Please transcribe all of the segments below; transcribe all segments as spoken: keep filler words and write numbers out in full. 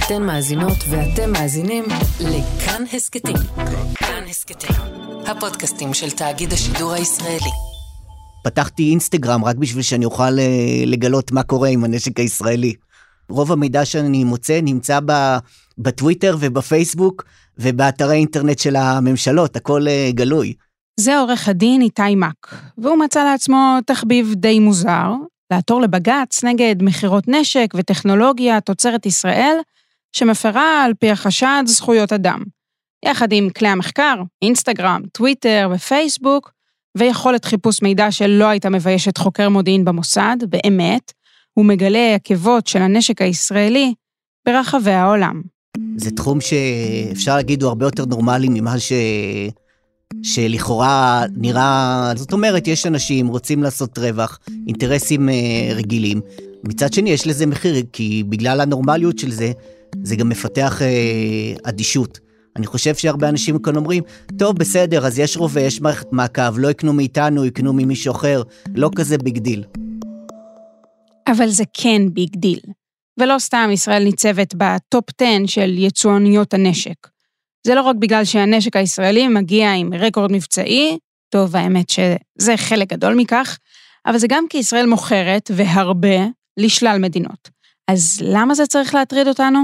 אתן מאזינות ואתם מאזינים לכאן הסקטים. כאן הסקטים, הפודקאסטים של תאגיד השידור הישראלי. פתחתי אינסטגרם רק בשביל שאני אוכל לגלות מה קורה עם הנשק הישראלי. רוב המידע שאני מוצא נמצא בטוויטר ובפייסבוק ובאתרי אינטרנט של הממשלות, הכל גלוי. זה עורך הדין איתי מק, והוא מצא לעצמו תחביב די מוזר, לעתור לבגץ נגד מחירות נשק וטכנולוגיה תוצרת ישראל, שמפרה על פי החשד זכויות אדם. יחד עם כלי המחקר, אינסטגרם, טוויטר ופייסבוק, ויכולת חיפוש מידע שלא הייתה מביישת חוקר מודיעין במוסד, באמת, הוא מגלה עקבות של הנשק הישראלי ברחבי העולם. זה תחום שאפשר להגיד הוא הרבה יותר נורמלי ממה ש... שלכאורה נראה, זאת אומרת, יש אנשים רוצים לעשות רווח, אינטרסים רגילים. מצד שני, יש לזה מחיר, כי בגלל הנורמליות של זה, זה גם מפתח אדישות. אני חושב שהרבה אנשים כאן אומרים, טוב, בסדר, אז יש רובה, יש מעקב, לא יקנו מאיתנו, יקנו ממישהו אחר, לא כזה ביג דיל. אבל זה כן ביג דיל. ולא סתם ישראל ניצבת בטופ עשר של יצואניות הנשק. זה לא רק בגלל שהנשק הישראלי מגיע עם רקורד מבצעי, טוב, האמת שזה חלק גדול מכך, אבל זה גם כי ישראל מוכרת, והרבה, לשלל מדינות. אז למה זה צריך להטריד אותנו?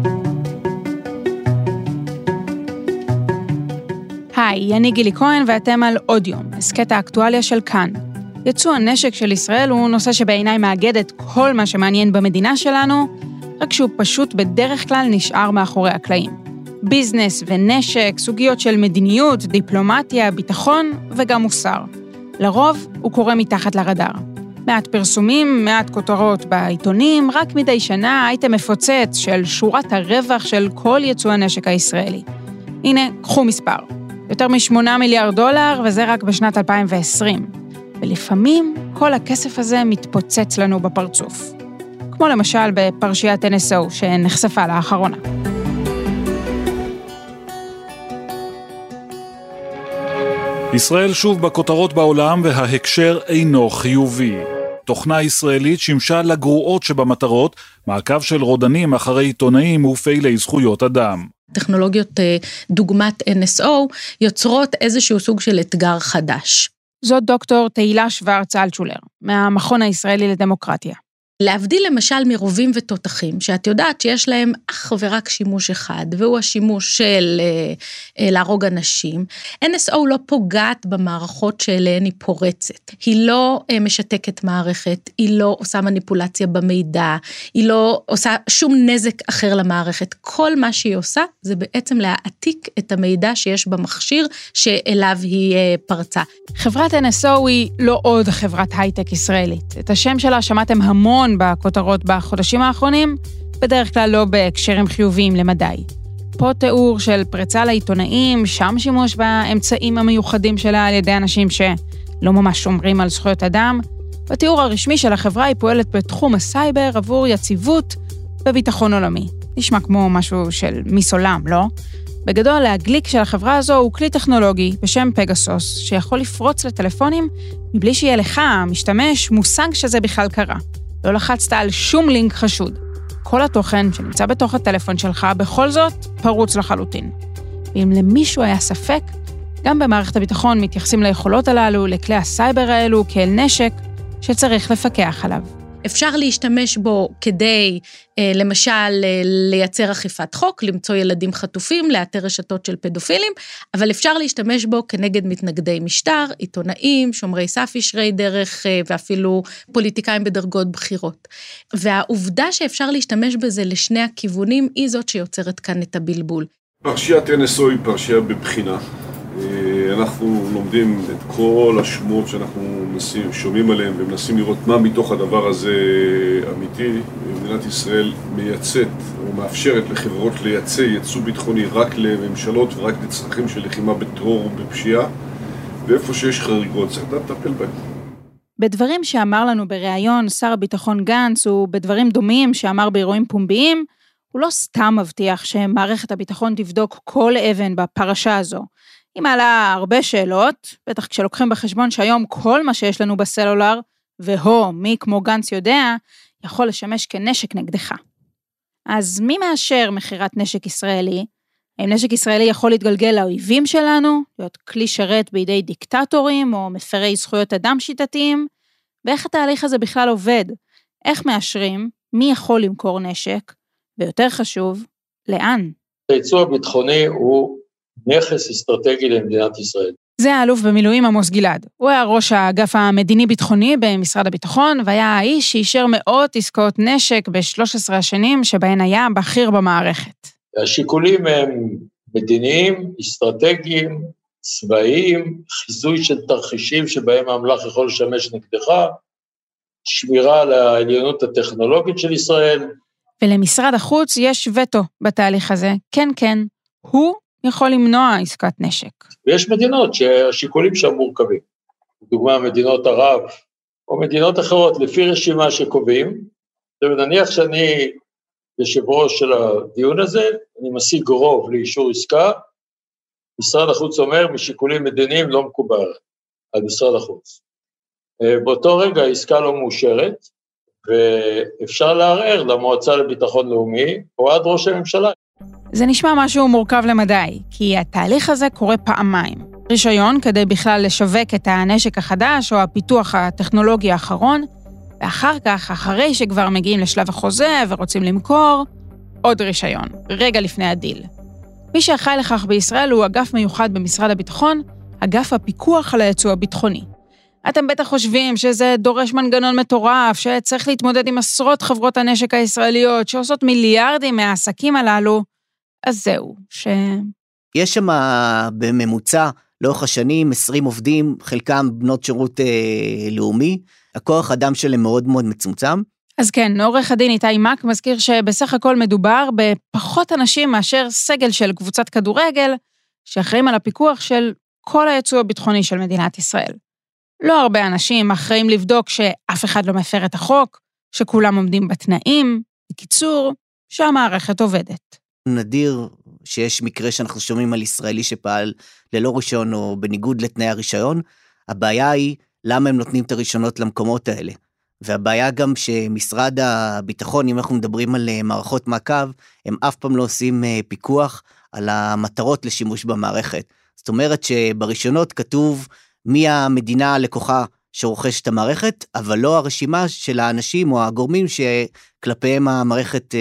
היי, אני גילי כהן ואתם על עוד יום, הסקט האקטואליה של כאן. יצוא הנשק של ישראל הוא נושא שבעיניי מאגד את כל מה שמעניין במדינה שלנו, רק שהוא פשוט בדרך כלל נשאר מאחורי הקלעים. ביזנס ונשק, סוגיות של מדיניות, דיפלומטיה, ביטחון וגם מוסר. לרוב הוא קורה מתחת לרדאר. מעט פרסומים, מעט כותרות בעיתונים, רק מדי שנה הייתם מפוצץ של שורת הרווח של כל יצוא הנשק הישראלי. הנה, קחו מספר. יותר משמונה מיליארד דולר, וזה רק בשנת אלפיים ועשרים. ולפעמים כל הכסף הזה מתפוצץ לנו בפרצוף. כמו למשל בפרשיית אן אס או שנחשפה לאחרונה. ישראל שוב בכותרות בעולם וההקשר אינו חיובי. תוכנה ישראלית שימשה לגרועות שבמטרות, מעקב של רודנים אחרי עיתונאים ופעילי זכויות אדם. טכנולוגיות דוגמת אן אס או יוצרות איזשהו סוג של אתגר חדש. זאת דוקטור תהילה שוורץ אלטשולר, מהמכון הישראלי לדמוקרטיה. להבדיל למשל מרובים ותותחים, שאת יודעת שיש להם אך ורק שימוש אחד, והוא השימוש של אה, להרוג אנשים, אן אס או לא פוגעת במערכות שאליהן היא פורצת. היא לא אה, משתקת מערכת, היא לא עושה מניפולציה במידע, היא לא עושה שום נזק אחר למערכת. כל מה שהיא עושה זה בעצם להעתיק את המידע שיש במכשיר שאליו היא אה, פרצה. חברת אן אס או היא לא עוד חברת הייטק ישראלית. את השם שלה שמעתם המון בכותרות בחודשים האחרונים, בדרך כלל לא בהקשרים חיוביים למדי. פה תיאור של פרצה לעיתונאים, שם שימוש באמצעים המיוחדים שלה על ידי אנשים שלא ממש שומרים על זכויות אדם. בתיאור הרשמי של החברה היא פועלת בתחום הסייבר עבור יציבות וביטחון עולמי. נשמע כמו משהו של מיס עולם, לא? בגדול, הגליק של החברה הזו הוא כלי טכנולוגי בשם פגסוס, שיכול לפרוץ לטלפונים מבלי שיהיה לך, משתמש, מושג שזה בכלל קרה. לא לחצת על שום לינק חשוד. כל התוכן שנמצא בתוך הטלפון שלך בכל זאת פרוץ לחלוטין. ואם למישהו היה ספק, גם במערכת הביטחון מתייחסים ליכולות הללו, לכלי הסייבר האלו כאל נשק שצריך לפקח עליו. אפשר להשתמש בו כדי, למשל, לייצר אכיפת חוק, למצוא ילדים חטופים, לאתר רשתות של פדופילים, אבל אפשר להשתמש בו כנגד מתנגדי משטר, עיתונאים, שומרי סף ישרי דרך, ואפילו פוליטיקאים בדרגות בחירות. והעובדה שאפשר להשתמש בזה לשני הכיוונים, היא זאת שיוצרת כאן את הבלבול. פרשיית אן אס או היא פרשייה בבחינה. אנחנו לומדים את כל השמות שאנחנו שומעים עליהם ומנסים לראות מה מתוך הדבר הזה אמיתי. מדינת ישראל מייצאת או מאפשרת לחברות לייצא ייצוא ביטחוני רק לממשלות ורק לצרכים של לחימה בטרור ובפשיעה, ואיפה שיש חריגות צריך לטפל בהם. בדברים שאמר לנו בריאיון שר הביטחון גנץ ובדברים דומים שאמר באירועים פומביים, הוא לא סתם מבטיח שמערכת הביטחון תבדוק כל אבן בפרשה הזו. היא מעלה הרבה שאלות, בטח כשלוקחים בחשבון שהיום כל מה שיש לנו בסלולר, והו, מי כמו גנץ יודע, יכול לשמש כנשק נגדך. אז מי מאשר מחירת נשק ישראלי? האם נשק ישראלי יכול להתגלגל לאויבים שלנו, להיות כלי שרת בידי דיקטטורים או מפרי זכויות אדם שיטתיים? ואיך התהליך הזה בכלל עובד? איך מאשרים? מי יכול למכור נשק? ויותר חשוב, לאן? היצוא הביטחוני הוא נכס אסטרטגי למדינת ישראל. זה האלוף במילואים עמוס גלעד. הוא היה ראש האגף המדיני-ביטחוני במשרד הביטחון, והיה האיש שאישר מאות עסקאות נשק ב-שלוש עשרה השנים שבהן היה בכיר במערכת. השיקולים הם מדיניים, אסטרטגיים, צבאיים, חיזוי של תרחישים שבהם האמל"ח יכול לשמש נגדך, שמירה על העליונות הטכנולוגית של ישראל. ולמשרד החוץ יש וטו בתהליך הזה. כן, כן, הוא יכול למנוע עסקת נשק. ויש מדינות שהשיקולים שם מורכבים. לדוגמה, מדינות ערב, או מדינות אחרות, לפי רשימה שקובעים. ונניח שאני יושב ראש של הדיון הזה, אני משיג רוב לאישור עסקה, משרד החוץ אומר, משיקולים מדיניים לא מקובל על משרד החוץ. באותו רגע העסקה לא מאושרת, ואפשר לערער למועצה לביטחון לאומי, או עד ראש הממשלה. זה נשמע משהו מורכב למדי, כי התהליך הזה קורה פעמיים. רישיון כדי בכלל לשווק את הנשק החדש, או הפיתוח הטכנולוגי האחרון, ואחר כך, אחרי שכבר מגיעים לשלב החוזה ורוצים למכור, עוד רישיון, רגע לפני הדיל. מי שאחראי לכך בישראל הוא אגף מיוחד במשרד הביטחון, אגף הפיקוח על היצוא הביטחוני. אתם בטח חושבים שזה דורש מנגנון מטורף, שצריך להתמודד עם עשרות חברות הנשק הישראליות, שעושות מיליארדים מהעסקים הללו, אז זהו, ש... יש שם בממוצע, לאורך השנים, עשרים עובדים, חלקם בנות שירות אה, לאומי, הכוח אדם שלהם מאוד מאוד מצומצם. אז כן, עורך הדין איתי מק מזכיר שבסך הכל מדובר בפחות אנשים מאשר סגל של קבוצת כדורגל, שאחראים על הפיקוח של כל היצוא הביטחוני של מדינת ישראל. לא הרבה אנשים אחראים לבדוק שאף אחד לא מפר את החוק, שכולם עומדים בתנאים, בקיצור, שהמערכת עובדת. נדיר שיש מקרה שאנחנו שומעים על ישראלי שפעל ללא רישיון או בניגוד לתנאי הרישיון, הבעיה היא למה הם נותנים את הרישיונות למקומות האלה. והבעיה גם שמשרד הביטחון, אם אנחנו מדברים על מערכות מעקב, הם אף פעם לא עושים פיקוח על המטרות לשימוש במערכת. זאת אומרת שברישיונות כתוב מי המדינה הלקוחה שרוכש את המערכת, אבל לא הרשימה של האנשים או הגורמים שכלפיהם המערכת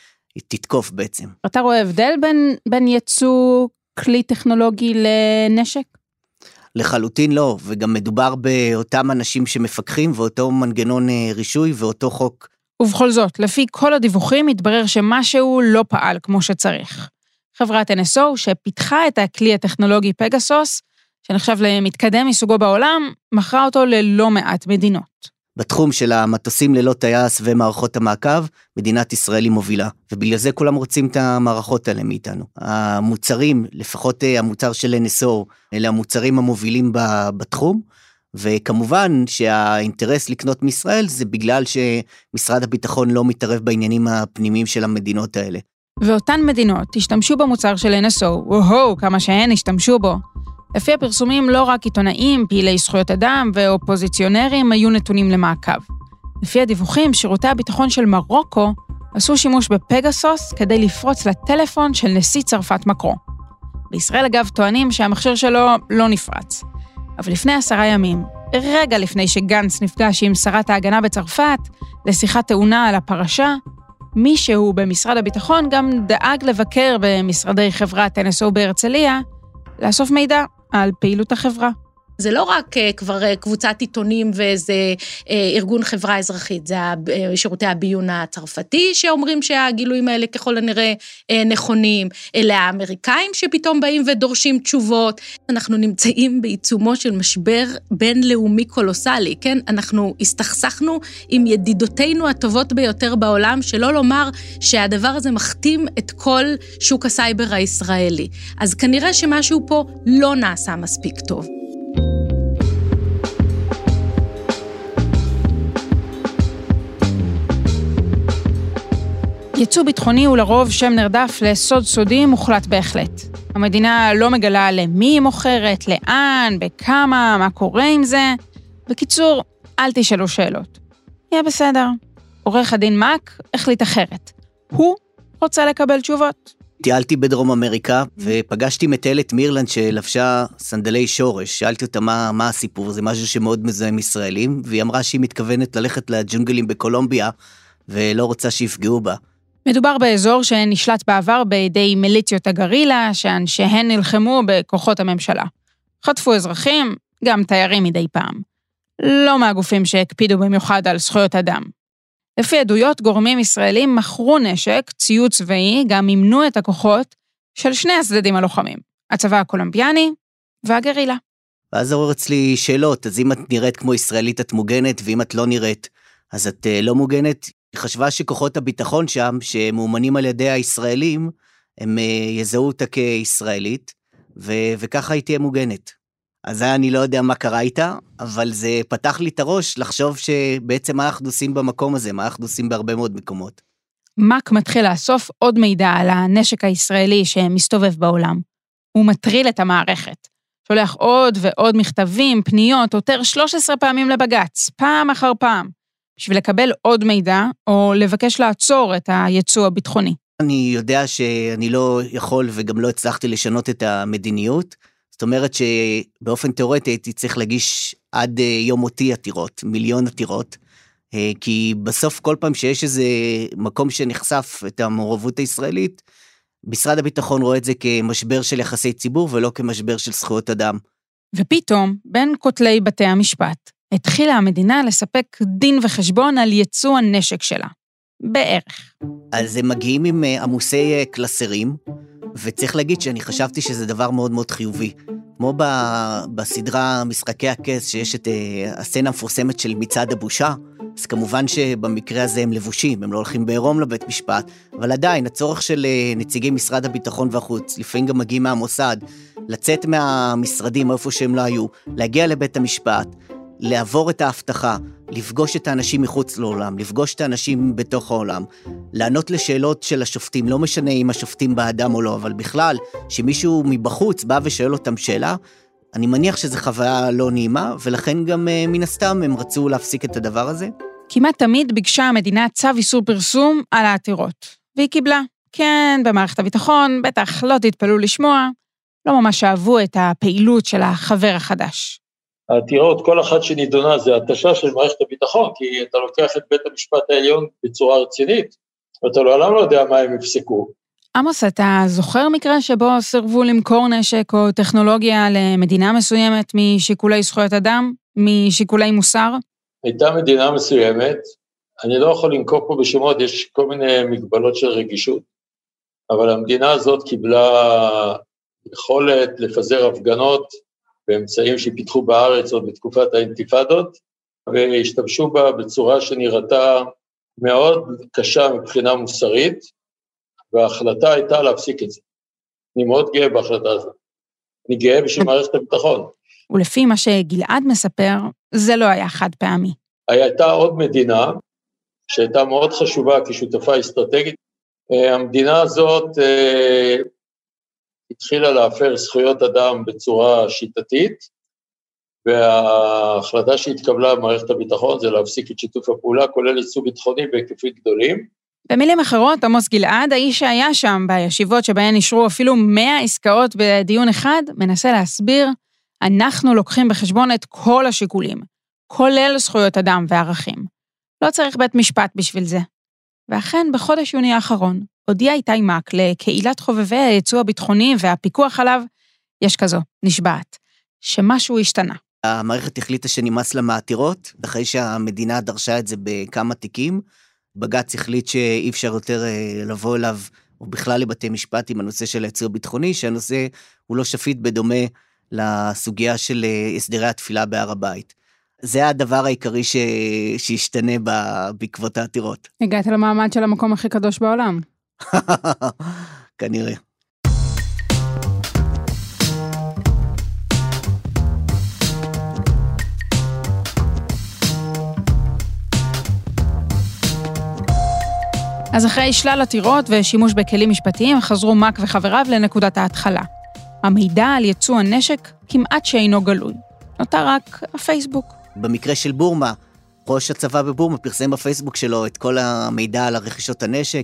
תתקוף בעצם. אתה רואה הבדל בין, בין יצוא כלי טכנולוגי לנשק? לחלוטין לא, וגם מדובר באותם אנשים שמפקחים, ואותו מנגנון רישוי, ואותו חוק. ובכל זאת, לפי כל הדיווחים, התברר שמשהו לא פעל כמו שצריך. חברת אן אס או, שפיתחה את הכלי הטכנולוגי פגסוס, שנחשב למתקדם מסוגו בעולם, מכרה אותו ללא מעט מדינות. בתחום של המטוסים ללא טייס ומערכות המעקב, מדינת ישראל היא מובילה, ובגלל זה כולם רוצים את המערכות האלה מאיתנו. המוצרים, לפחות המוצר של אן אס או, אלה המוצרים המובילים בתחום, וכמובן שהאינטרס לקנות מישראל, זה בגלל שמשרד הביטחון לא מתערב בעניינים הפנימיים של המדינות האלה. ואותן מדינות השתמשו במוצר של אן אס או, וואו, כמה שהן השתמשו בו. לפי הפרסומים לא רק עיתונאים, פעילי זכויות אדם ואופוזיציונרים היו נתונים למעקב. לפי הדיווחים, שירותי הביטחון של מרוקו עשו שימוש בפגסוס כדי לפרוץ לטלפון של נשיא צרפת מקרו. בישראל אגב טוענים שהמכשיר שלו לא נפרץ. אבל לפני עשרה ימים, רגע לפני שגנץ נפגש עם שרת ההגנה בצרפת, לשיחת טעונה על הפרשה, מישהו במשרד הביטחון גם דאג לבקר במשרדי חברת אן אס או בהרצליה, לאסוף מידע על פעילות החברה. זה לא רק כבר קבוצת עיתונים ואיזה ארגון חברה אזרחית, זה שירותי הביון הצרפתי שאומרים שהגילויים האלה ככל הנראה נכונים, אלה האמריקאים שפתאום באים ודורשים תשובות. אנחנו נמצאים בעיצומו של משבר בינלאומי קולוסלי, כן? אנחנו הסתכסכנו עם ידידותינו הטובות ביותר בעולם, שלא לומר שהדבר הזה מכתים את כל שוק הסייבר הישראלי. אז כנראה שמשהו פה לא נעשה מספיק טוב. יצוא ביטחוני הוא לרוב שם נרדף לסוד סודי מוחלט בהחלט. המדינה לא מגלה למי היא מוכרת, לאן, בכמה, מה קורה עם זה. בקיצור, אל תשאלו שאלות. יהיה בסדר. עורך הדין מק החליט אחרת. הוא רוצה לקבל תשובות. טיילתי בדרום אמריקה, ופגשתי מטיילת מאירלנד שלבשה סנדלי שורש. שאלתי אותה מה, מה הסיפור, זה משהו שמאוד מזוהה עם ישראלים, והיא אמרה שהיא מתכוונת ללכת לג'ונגלים בקולומביה, ולא רוצה שיפגעו בה. מדובר באזור שנשלט בעבר בידי מיליציות הגרילה, שאנשיהן נלחמו בכוחות הממשלה. חטפו אזרחים, גם תיירים מדי פעם. לא מהגופים שהקפידו במיוחד על זכויות אדם. לפי עדויות, גורמים ישראלים מכרו נשק, ציוד צבאי, גם מימנו את הכוחות של שני הצדדים הלוחמים, הצבא הקולומביאני והגרילה. ואז עורר אצלי שאלות, אז אם את נראית כמו ישראלית את מוגנת, ואם את לא נראית, אז את לא מוגנת. היא חשבה שכוחות הביטחון שם, שמאומנים על ידי הישראלים, הם יזהו אותה כישראלית, ו- וככה היא תהיה מוגנת. אז אני לא יודע מה קרה איתה, אבל זה פתח לי את הראש לחשוב שבעצם מה אנחנו עושים במקום הזה, מה אנחנו עושים בהרבה מאוד מקומות. מק מתחיל לאסוף עוד מידע על הנשק הישראלי שמסתובב בעולם. הוא מטריל את המערכת. שולח עוד ועוד מכתבים, פניות, יותר שלוש עשרה פעמים לבגץ, פעם אחר פעם, בשביל לקבל עוד מידע, או לבקש לעצור את הייצוא הביטחוני. אני יודע שאני לא יכול וגם לא הצלחתי לשנות את המדיניות, זאת אומרת שבאופן תיאורטי הייתי צריך להגיש עד יום מותי עתירות, מיליון עתירות, כי בסוף כל פעם שיש איזה מקום שנחשף את המעורבות הישראלית, משרד הביטחון רואה את זה כמשבר של יחסי ציבור ולא כמשבר של זכויות אדם. ופתאום, בין כותלי בתי המשפט, התחילה המדינה לספק דין וחשבון על ייצוא הנשק שלה. בערך. אז הם מגיעים עם עמוסי קלסרים, וצריך להגיד שאני חשבתי שזה דבר מאוד מאוד חיובי. כמו בסדרה משחקי הכס, שיש את הסצנה המפורסמת של מצעד הבושה, אז כמובן שבמקרה הזה הם לבושים, הם לא הולכים בעירום לבית משפט, אבל עדיין הצורך של נציגי משרד הביטחון והחוץ, לפעמים גם מגיעים מהמוסד, לצאת מהמשרדים איפה שהם לא היו, להגיע לבית המשפט, לעבור את ההבטחה, לפגוש את האנשים מחוץ לעולם, לפגוש את האנשים בתוך העולם, לענות לשאלות של השופטים, לא משנה אם השופטים באדם או לא, אבל בכלל, שמישהו מבחוץ בא ושואל אותם שאלה, אני מניח שזו חוויה לא נעימה, ולכן גם מן הסתם הם רצו להפסיק את הדבר הזה. כמעט תמיד ביקשה המדינה צו איסור פרסום על העתירות, והיא קיבלה. כן, במערכת הביטחון, בטח לא תתפלו לשמוע, לא ממש אהבו את הפעילות של החבר החדש. העתירות, כל אחת שנידונה זה התשה של מערכת הביטחון, כי אתה לוקח את בית המשפט העליון בצורה רצינית, ואתה לעולם לא יודע מה הם יפסקו. עמוס, אתה זוכר מקרה שבו סירבו למכור נשק או טכנולוגיה למדינה מסוימת משיקולי זכויות אדם, משיקולי מוסר? הייתה מדינה מסוימת, אני לא יכול לנקוב פה בשמות, יש כל מיני מגבלות של רגישות, אבל המדינה הזאת קיבלה יכולת לפזר הפגנות, באמצעים שפיתחו בארץ עוד בתקופת האינתיפאדות, והשתמשו בה בצורה שנראתה מאוד קשה מבחינה מוסרית, וההחלטה הייתה להפסיק את זה. אני מאוד גאה בהחלטה הזאת. אני גאה בשביל מערכת הביטחון. ולפי מה שגלעד מספר, זה לא היה חד פעמי. הייתה עוד מדינה, שהייתה מאוד חשובה כשותפה אסטרטגית. המדינה הזאת התחילה להפר זכויות אדם בצורה שיטתית, וההחלטה שהתקבלה במערכת הביטחון זה להפסיק את שיתוף הפעולה, כולל ייצוא ביטחוני בהיקפים גדולים. במילים אחרות, עמוס גלעד, האיש שהיה שם בישיבות שבהן אישרו אפילו מאה עסקאות בדיון אחד, מנסה להסביר, אנחנו לוקחים בחשבון את כל השיקולים, כולל זכויות אדם וערכים. לא צריך בית משפט בשביל זה. ואכן, בחודש יוני האחרון, הודיע איתי מק לקהילת חובבי הייצוא הביטחוני והפיקוח עליו, יש כזו, נשבעת, שמשהו השתנה. המערכת החליטה שנמאס לה מהעתירות, אחרי שהמדינה דרשה את זה בכמה תיקים, בג"ץ החליט שאי אפשר יותר לבוא אליו, או בכלל לבתי משפט עם הנושא של הייצוא הביטחוני, שהנושא הוא לא שפיט בדומה לסוגיה של הסדרי התפילה בהר הבית. זה הדבר העיקרי ש... שישתנה בעקבות העתירות. הגעת למעמד של המקום הכי קדוש בעולם. כנראה. אז אחרי שלל עתירות ושימוש בכלים משפטיים, חזרו מק וחבריו לנקודת ההתחלה. המידע על ייצוא הנשק כמעט שאינו גלוי. נותר רק הפייסבוק. במקרה של בורמה, ראש הצבא בבורמה פרסם בפייסבוק שלו את כל המידע על הרכישות הנשק,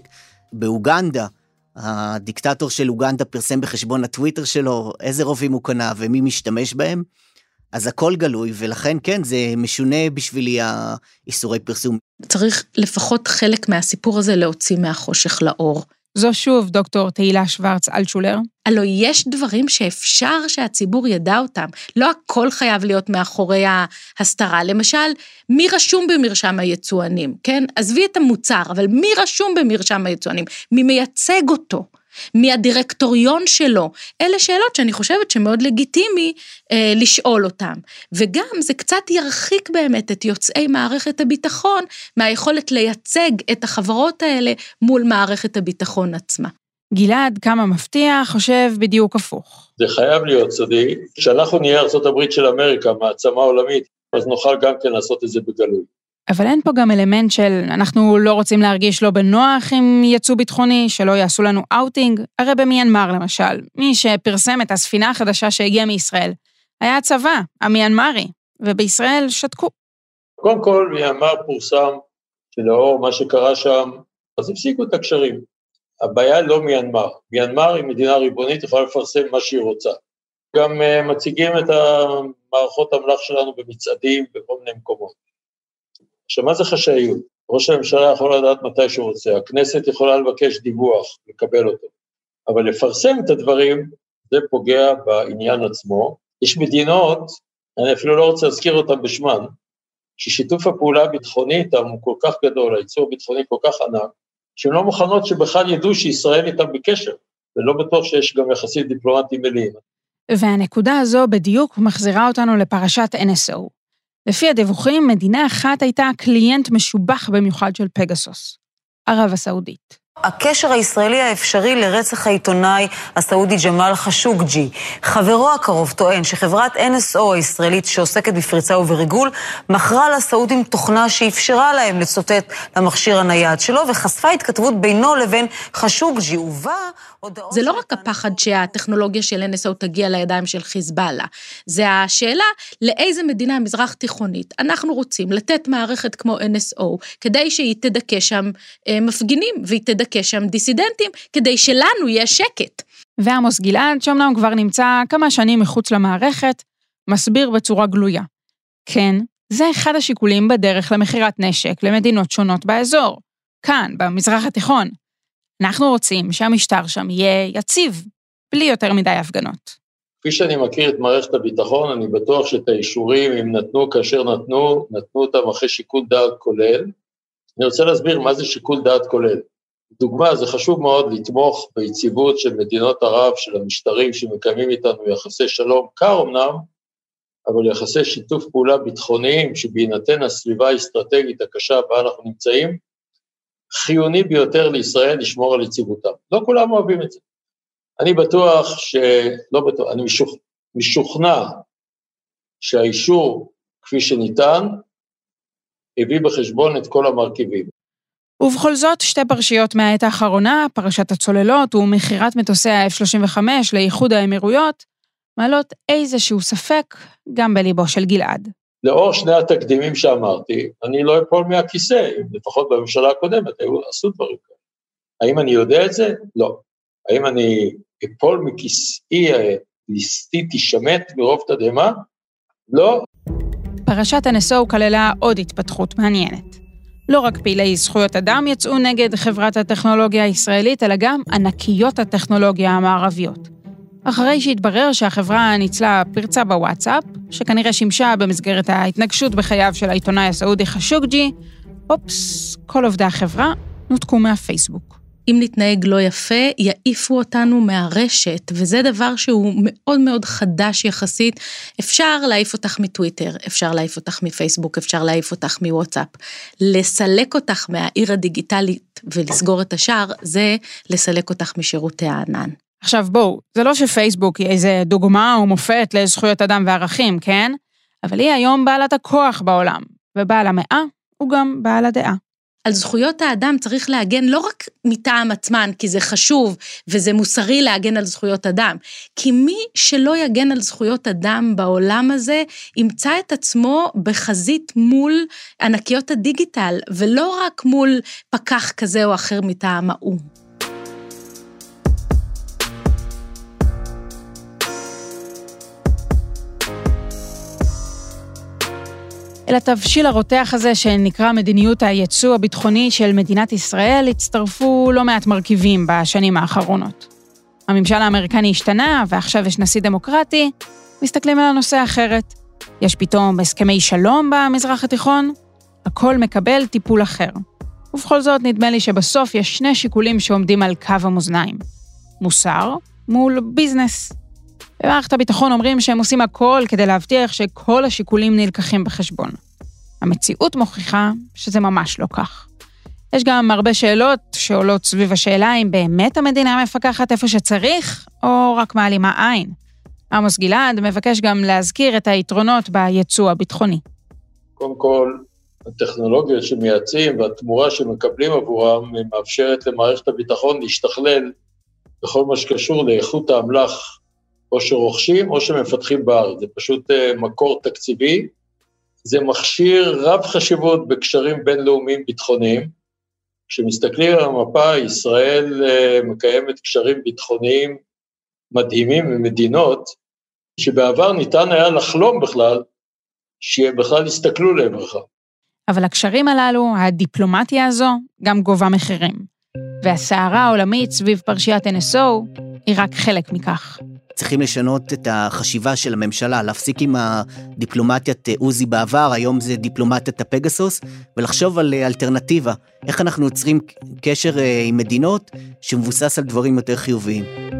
באוגנדה, הדיקטטור של אוגנדה פרסם בחשבון הטוויטר שלו איזה רובים הוא קנה ומי משתמש בהם, אז הכל גלוי, ולכן כן, זה משונה בשבילי האיסורי פרסום. צריך לפחות חלק מהסיפור הזה להוציא מהחושך לאור. זו שוב דוקטור תהילה שוורץ אלטשולר. הלוא יש דברים שאפשר שהציבור ידע אותם, לא הכל חייב להיות מאחורי ההסתרה, למשל, מי רשום במרשם היצואנים, כן? עזבי את המוצר, אבל מי רשום במרשם היצואנים? מי מייצג אותו? מי הדירקטוריון שלו? אלה שאלות שאני חושבת שמאוד לגיטימי אה, לשאול אותם, וגם זה קצת ירחיק באמת את יוצאי מערכת הביטחון, מהיכולת לייצג את החברות האלה מול מערכת הביטחון עצמה. גלעד, כמה מפתיע, חושב בדיוק הפוך. זה חייב להיות סודי, כשאנחנו נהיה ארצות הברית של אמריקה, מעצמה עולמית, אז נוכל גם כן לעשות את זה בגלוי. אבל אין פה גם אלמנט של אנחנו לא רוצים להרגיש לא בנוח עם יצוא ביטחוני, שלא יעשו לנו אאוטינג, הרי במיינמר למשל, מי שפרסם את הספינה החדשה שהגיעה מישראל, היה הצבא, המיינמרי, ובישראל שתקו. קודם כל, מיינמר פורסם שלאור מה שקרה שם, אז הפסיקו את הקשרים. הבעיה לא מיינמר, מיינמר היא מדינה ריבונית, יכולה לפרסם מה שהיא רוצה. גם uh, מציגים את המערכות המלח שלנו במצעדים בכל מיני מקומות. עכשיו, מה זה חשאיות? ראש הממשלה יכול לדעת מתי שהוא רוצה, הכנסת יכולה לבקש דיווח, לקבל אותו, אבל לפרסם את הדברים, זה פוגע בעניין עצמו. יש מדינות, אני אפילו לא רוצה להזכיר אותם בשמן, ששיתוף הפעולה הביטחוני איתם הוא כל כך גדול, הייצור הביטחוני כל כך ענק, שהן לא מוכנות שבכלל ידעו שישראל איתם בקשר, ולא בטוח שיש גם יחסים דיפלומטיים מלאים. והנקודה הזו בדיוק מחזירה אותנו לפרשת אן אס או. לפי הדיווחים, מדינה אחת הייתה קליינט משובח במיוחד של פגסוס, ערב הסעודית. הקשר הישראלי האפשרי לרצח העיתונאי הסעודי ג'מאל חשוקג'י. חברו הקרוב טוען שחברת אן אס או הישראלית שעוסקת בפריצה ובריגול, מכרה לסעודים תוכנה שאפשרה להם לצוטט למכשיר הנייד שלו, וחשפה התכתבות בינו לבין חשוקג'י, ובה הודעות... זה לא רק הפחד שהטכנולוגיה של אן אס או תגיע לידיים של חיזבאללה, זה השאלה לאיזה מדינה מזרח תיכונית אנחנו רוצים לתת מערכת כמו אן אס או, כדי שהיא תדכא שם מפגינים, והיא תדכא שם דיסידנטים, כדי שלנו יהיה שקט. ועמוס גלעד, שאומנם כבר נמצא כמה שנים מחוץ למערכת, מסביר בצורה גלויה. כן, זה אחד השיקולים בדרך למחירת נשק למדינות שונות באזור, כאן, במזרח התיכון. אנחנו רוצים שהמשטר שם יהיה יציב, בלי יותר מדי הפגנות. כפי שאני מכיר את מערכת הביטחון, אני בטוח שאת האישורים, אם נתנו כאשר נתנו, נתנו אותם אחרי שיקול דעת כולל. אני רוצה להסביר מה זה שיקול דעת כולל. דוגמה, זה חשוב מאוד לתמוך ביציבות של מדינות ערב, של המשטרים שמקיימים איתנו יחסי שלום, קר אמנם, אבל יחסי שיתוף פעולה ביטחוניים, שבהינתן הסביבה האסטרטגית הקשה בה אנחנו נמצאים, חיוני ביותר לישראל לשמור על יציבותם. לא כולם אוהבים את זה. אני בטוח ש... לא בטוח, אני משוכ... משוכנע שהאישור כפי שניתן, הביא בחשבון את כל המרכיבים. ובכל זאת, שתי פרשיות מהעת האחרונה, פרשת הצוללות ומחירת מטוסי ה-אף שלושים וחמש לאיחוד האמירויות, מעלות איזשהו ספק גם בליבו של גלעד. לאור שני התקדימים שאמרתי, אני לא אפול מהכיסא, לפחות בממשלה הקודמת, עשו דברים כאלה. האם אני יודע את זה? לא. האם אני אפול מכיסאי, ליסטי תשמט מרוב תדהמה? לא. פרשת אן אס או כללה עוד התפתחות מעניינת. לא רק פעילי זכויות אדם יצאו נגד חברת הטכנולוגיה הישראלית, אלא גם ענקיות הטכנולוגיה המערביות. אחרי שהתברר שהחברה ניצלה פרצה בוואטסאפ, שכנראה שימשה במסגרת ההתנגשות בחייו של העיתונאי הסעודי חשוקג'י, אופס, כל עובדי החברה נותקו מהפייסבוק. אם נתנהג לא יפה, יעיפו אותנו מהרשת, וזה דבר שהוא מאוד מאוד חדש יחסית. אפשר להעיף אותך מטוויטר, אפשר להעיף אותך מפייסבוק, אפשר להעיף אותך מוואטסאפ. לסלק אותך מהעיר הדיגיטלית ולסגור את השער, זה לסלק אותך משירותי הענן. עכשיו בואו, זה לא שפייסבוק היא איזה דוגמה או מופת לזכויות אדם וערכים, כן? אבל היא היום בעלת הכוח בעולם, ובעל המאה הוא גם בעל הדעה. על זכויות האדם צריך להגן לא רק מטעם עצמן, כי זה חשוב וזה מוסרי להגן על זכויות אדם, כי מי שלא יגן על זכויות אדם בעולם הזה, ימצא את עצמו בחזית מול ענקיות הדיגיטל, ולא רק מול פקח כזה או אחר מטעם האו"ם. אל התבשיל הרותח הזה שנקרא מדיניות הייצוא הביטחוני של מדינת ישראל הצטרפו לא מעט מרכיבים בשנים האחרונות. הממשל האמריקני השתנה ועכשיו יש נשיא דמוקרטי, מסתכלים על הנושא אחרת. יש פתאום הסכמי שלום במזרח התיכון, הכל מקבל טיפול אחר. ובכל זאת נדמה לי שבסוף יש שני שיקולים שעומדים על קו המאזניים. מוסר מול ביזנס. במערכת הביטחון אומרים שהם עושים הכל כדי להבטיח שכל השיקולים נלקחים בחשבון. המציאות מוכיחה שזה ממש לא כך. יש גם הרבה שאלות שעולות סביב השאלה אם באמת המדינה מפקחת איפה שצריך, או רק מעלימה עין. עמוס גלעד מבקש גם להזכיר את היתרונות בייצוא הביטחוני. קודם כל, הטכנולוגיות שמייצאים והתמורה שמקבלים עבורם מאפשרת למערכת הביטחון להשתכלל בכל מה שקשור לאיכות האמל"ח, או שרוכשים או שמפתחים בארץ. זה פשוט מקור תקציבי, זה מכשיר רב חשיבות בקשרים בינלאומיים ביטחוניים. כשמסתכלים על המפה, ישראל מקיימת קשרים ביטחוניים מדהימים ממדינות, שבעבר ניתן היה לחלום בכלל, שבכלל הסתכלו לעברך. אבל הקשרים הללו, הדיפלומטיה הזו, גם גובה מחירים. והסערה העולמית סביב פרשיית אן אס או היא רק חלק מכך. צריכים לשנות את החשיבה של הממשלה, להפסיק עם הדיפלומטיית עוזי בעבר, היום זה דיפלומטיית הפגסוס, ולחשוב על אלטרנטיבה, איך אנחנו יוצרים קשר עם מדינות שמבוסס על דברים יותר חיוביים.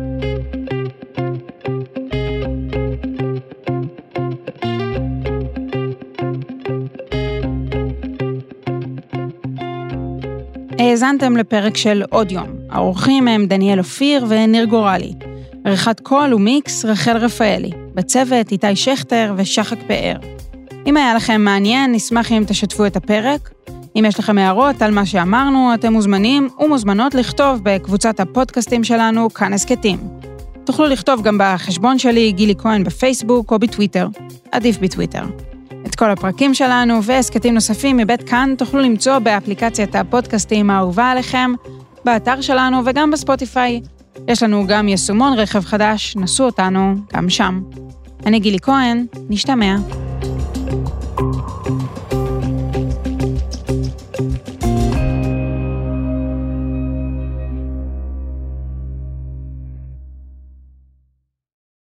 האזנתם לפרק של עוד יום. האורחים הם דניאל אופיר וניר גורלי. עריכת קול ומיקס רחל רפאלי. בצוות איתי שכטר ושחק פאר. אם היה לכם מעניין, נשמח אם תשתפו את הפרק. אם יש לכם הערות על מה שאמרנו, אתם מוזמנים ומוזמנות לכתוב בקבוצת הפודקאסטים שלנו כאן הסקטים. תוכלו לכתוב גם בחשבון שלי גילי כהן בפייסבוק או בטוויטר. עדיף בטוויטר. את כל הפרקים שלנו והסקטים נוספים מבית כאן תוכלו למצוא באפליקציית הפודקאסטים האהובה עליכם, באתר שלנו וגם בספוטיפיי. יש לנו גם יישומון רכב חדש, נסו אותנו גם שם. אני גילי כהן, נשתמע.